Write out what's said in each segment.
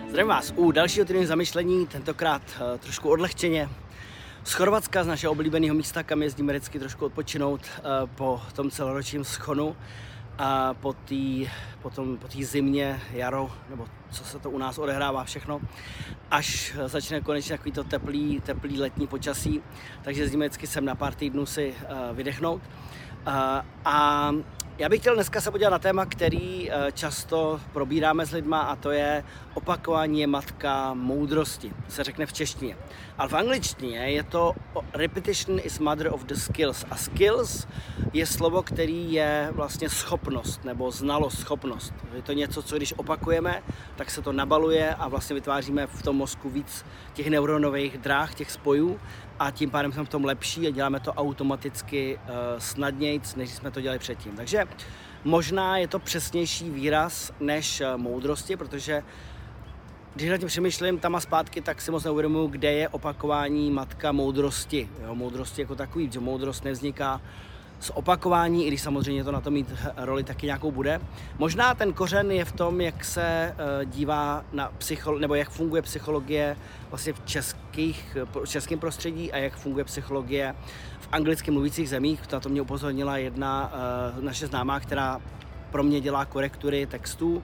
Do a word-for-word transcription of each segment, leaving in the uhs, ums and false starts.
Zdravím vás u dalšího týdenního zamyšlení, tentokrát uh, trošku odlehčeně. Z Chorvatska, z našeho oblíbeného místa, kam jezdíme vždycky trošku odpočinout uh, po tom celoročním schonu a po té po po zimě, jaro, nebo co se to u nás odehrává všechno, až začne konečně takový to teplý, teplý letní počasí, takže jezdíme vždycky sem na pár týdnů si uh, vydechnout. Uh, a já bych chtěl dneska se podívat na téma, který často probíráme s lidma, a to je opakování je matka moudrosti, se řekne v češtině. Ale v angličtině je to repetition is mother of the skills. A skills je slovo, který je vlastně schopnost nebo znalost, schopnost. Je to něco, co když opakujeme, tak se to nabaluje a vlastně vytváříme v tom mozku víc těch neuronových dráh, těch spojů, a tím pádem jsme v tom lepší a děláme to automaticky uh, snadnějc, než jsme to dělali předtím. Takže možná je to přesnější výraz než uh, moudrosti, protože když na tím přemýšlím tam a zpátky, tak si moc neuvědomuji, kde je opakování matka moudrosti. Jo, moudrosti jako takový, že moudrost nevzniká z opakování, i když samozřejmě to na to mít roli taky nějakou bude. Možná ten kořen je v tom, jak se uh, dívá na psycholo- nebo jak funguje psychologie vlastně v českých, v českém prostředí a jak funguje psychologie v anglicky mluvících zemích. Na to mě upozornila jedna uh, naše známá, která pro mě dělá korektury textů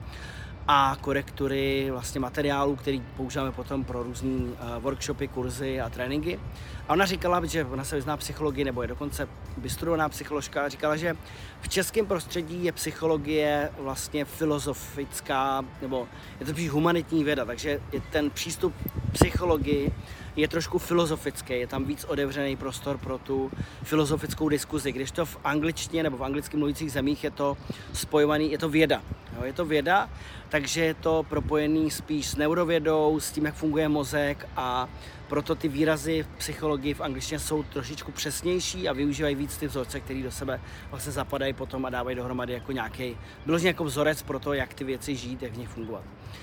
a korektury vlastně materiálů, který používáme potom pro různé uh, workshopy, kurzy a tréninky. A ona říkala, že ona se vyzná psychologii, nebo je dokonce vystudovaná psycholožka, a říkala, že v českém prostředí je psychologie vlastně filozofická, nebo je to spíš humanitní věda, takže je ten přístup psychologii je trošku filozofický, je tam víc otevřený prostor pro tu filozofickou diskuzi, když to v angličtině nebo v anglicky mluvících zemích je to spojovaný, je to věda. Jo, je to věda, takže je to propojený spíš s neurovědou, s tím, jak funguje mozek, a proto ty výrazy v psychologii v angličtině jsou trošičku přesnější a využívají víc ty vzorce, které do sebe vlastně zapadají potom a dávají dohromady jako nějaký, vyloženě jako vzorec pro to, jak ty věci žít, jak v nich fungovat.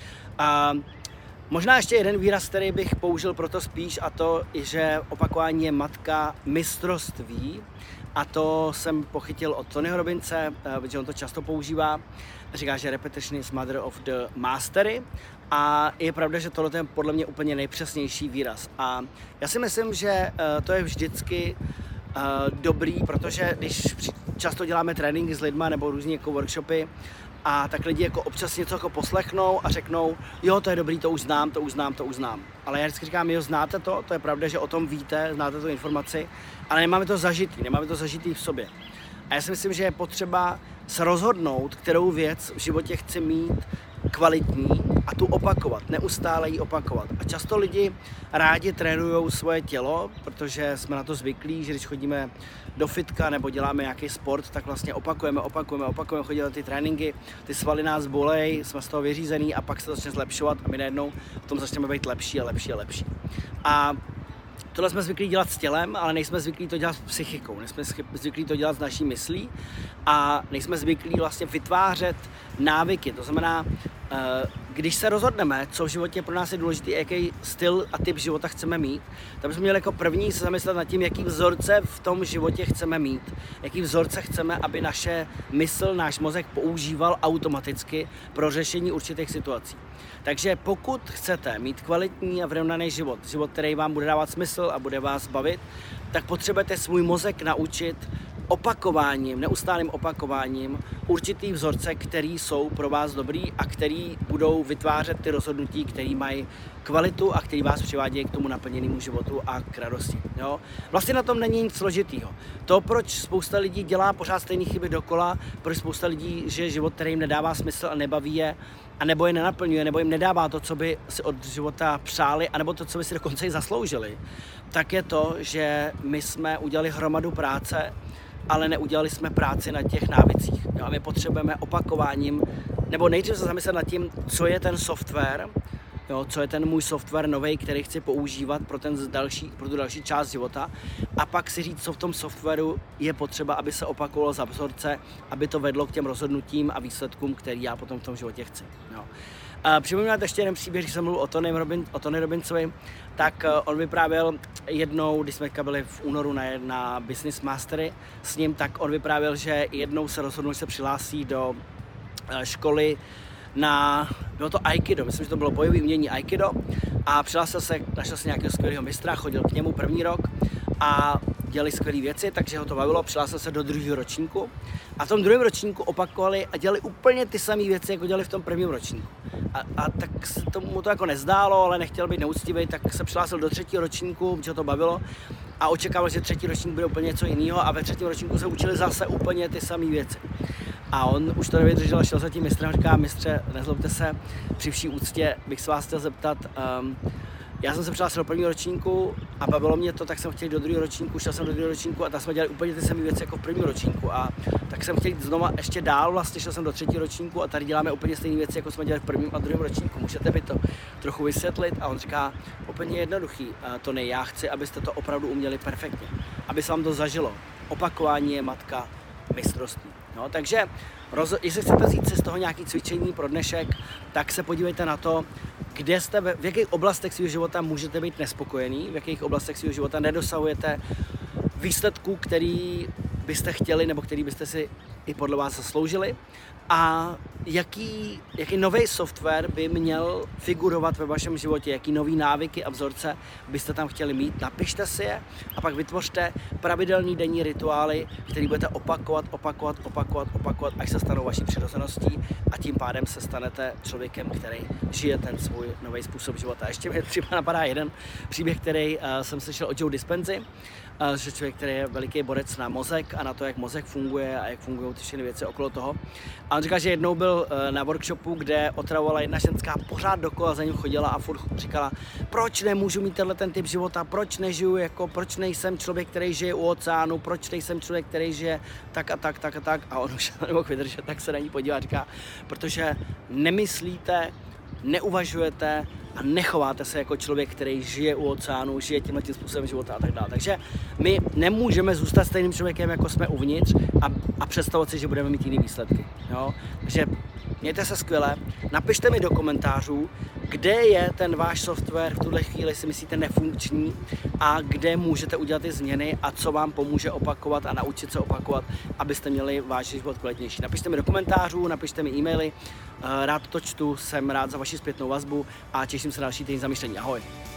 A možná ještě jeden výraz, který bych použil proto spíš, a to, že opakování je matka mistrovství, a to jsem pochytil od Tonyho Robbinse, protože on to často používá. Říká, že repetition is mother of the mastery, a je pravda, že tohle je podle mě úplně nejpřesnější výraz. A já si myslím, že to je vždycky dobrý, protože když často děláme tréninky s lidma nebo různý jako workshopy, a tak lidi jako občas něco jako poslechnou a řeknou, jo, to je dobrý, to už znám, to už znám, to už znám. Ale já vždycky říkám, jo, znáte to, to je pravda, že o tom víte, znáte tu informaci, ale nemáme to zažitý, nemáme to zažitý v sobě. A já si myslím, že je potřeba se rozhodnout, kterou věc v životě chci mít kvalitní a tu opakovat, neustále ji opakovat. A často lidi rádi trénujou svoje tělo, protože jsme na to zvyklí, že když chodíme do fitka nebo děláme nějaký sport, tak vlastně opakujeme, opakujeme, opakujeme, chodíme ty tréninky, ty svaly nás bolej, jsme z toho vyřízený a pak se to začne zlepšovat a my najednou v tom začneme být lepší a lepší a lepší. A tohle jsme zvyklí dělat s tělem, ale nejsme zvyklí to dělat s psychikou, nejsme zvyklí to dělat s naší myslí a nejsme zvyklí vlastně vytvářet návyky. To znamená, když se rozhodneme, co v životě pro nás je důležité, jaký styl a typ života chceme mít, tak bychom měli jako první se zamyslet nad tím, jaký vzorce v tom životě chceme mít, jaký vzorce chceme, aby naše mysl, náš mozek používal automaticky pro řešení určitých situací. Takže pokud chcete mít kvalitní a vyrovnaný život, život, který vám bude dávat smysl a bude vás bavit, tak potřebujete svůj mozek naučit opakováním, neustálým opakováním určitý vzorce, který jsou pro vás dobrý a který budou vytvářet ty rozhodnutí, který mají kvalitu a který vás přivádějí k tomu naplněnému životu a k radosti. Jo? Vlastně na tom není nic složitýho. To, proč spousta lidí dělá pořád stejné chyby dokola, proč spousta lidí žije život, který jim nedává smysl a nebaví je, a nebo je nenaplňuje, nebo jim nedává to, co by si od života přáli, anebo to, co by si dokonce i zasloužili, tak je to, že my jsme udělali hromadu práce, ale neudělali jsme práci na těch návicích. Jo, a my potřebujeme opakováním, nebo nejdřív se zamyslet nad tím, co je ten software, jo, co je ten můj software nový, který chci používat pro, ten další, pro tu další část života, a pak si říct, co v tom softwaru je potřeba, aby se opakovalo za vzorce, aby to vedlo k těm rozhodnutím a výsledkům, který já potom v tom životě chci. Jo. Připomínám ještě jeden příběh, když jsem mluvil o Tony, Robin, o Tony Robbinsovi, tak on vyprávěl jednou, když jsme byli v únoru na, na Business Mastery s ním, tak on vyprávěl, že jednou se rozhodl, že se přihlásí do školy na, bylo to Aikido, myslím, že to bylo bojové umění Aikido a přihlásil se, našel se nějakého skvělého mistra, chodil k němu první rok a dělali skvělé věci, takže ho to bavilo, přihlásil se do druhého ročníku a v tom druhém ročníku opakovali a dělali úplně ty samé věci, jako dělali v tom prvním ročníku. A, a tak se tomu to jako nezdálo, ale nechtěl být neúctivý, tak se přihlásil do třetího ročníku, protože ho to bavilo a očekával, že třetí ročník bude úplně něco jiného a ve třetím ročníku se učili zase úplně ty samé věci. A on už to nevydržel a šel za tím mistrem a říká, mistře, nezlobte se, při vší úctě bych se vás chtěl zeptat, um, já jsem se přihlásil do prvního ročníku a bavilo mě to, tak jsem chtěl do druhého ročníku, šel jsem do druhého ročníku a tam jsme dělali úplně ty samé věci jako v prvním ročníku a tak jsem chtěl jít znova ještě dál, vlastně šel jsem do třetího ročníku a tady děláme úplně stejné věci, jako jsme dělali v prvním a druhém ročníku. Můžete mi to trochu vysvětlit? A on říká, úplně jednoduchý, to ne, já chci, abyste to opravdu uměli perfektně, aby se vám to zažilo. Opakování je matka mistrovství. No, takže roz, jestli chcete vzít si z toho nějaké cvičení pro dnešek, tak se podívejte na to, kde jste, v jakých oblastech svého života můžete být nespokojený, v jakých oblastech svého života nedosahujete výsledků, který byste chtěli nebo který byste si i podle vás zasloužili a jaký, jaký nový software by měl figurovat ve vašem životě, jaký nový návyky a vzorce byste tam chtěli mít, napište si je a pak vytvořte pravidelný denní rituály, které budete opakovat, opakovat, opakovat, opakovat, až se stanou vaší přirozeností a tím pádem se stanete člověkem, který žije ten svůj nový způsob života. Ještě mi třeba napadá jeden příběh, který uh, jsem slyšel od Joe Dispensy, uh, že člověk, který je veliký borec na mozek a na to, jak mozek funguje a jak fungují ty všechny věci okolo toho. A on říká, že jednou byl uh, na workshopu, kde otravovala jedna ženská, pořád dokola za ním chodila a furt říkala, proč nemůžu mít tenhle ten typ života, proč nežiju, jako, proč nejsem člověk, který žije u oceánu, proč nejsem člověk, který žije tak a tak, tak a tak. A on už nemohl vydržet, tak se na ní podívá a říká, protože nemyslíte, neuvažujete a nechováte se jako člověk, který žije u oceánu, žije tímhle tím způsobem života a tak dále. Takže my nemůžeme zůstat stejným člověkem, jako jsme uvnitř a, a představovat si, že budeme mít jiné výsledky. Jo? Takže mějte se skvěle, napište mi do komentářů, kde je ten váš software v tuhle chvíli si myslíte nefunkční a kde můžete udělat ty změny a co vám pomůže opakovat a naučit se opakovat, abyste měli váš život kvalitnější. Napište mi do komentářů, napište mi e-maily, rád to čtu, jsem rád za vaši zpětnou vazbu a těším se na další týden zamyšlení. Ahoj!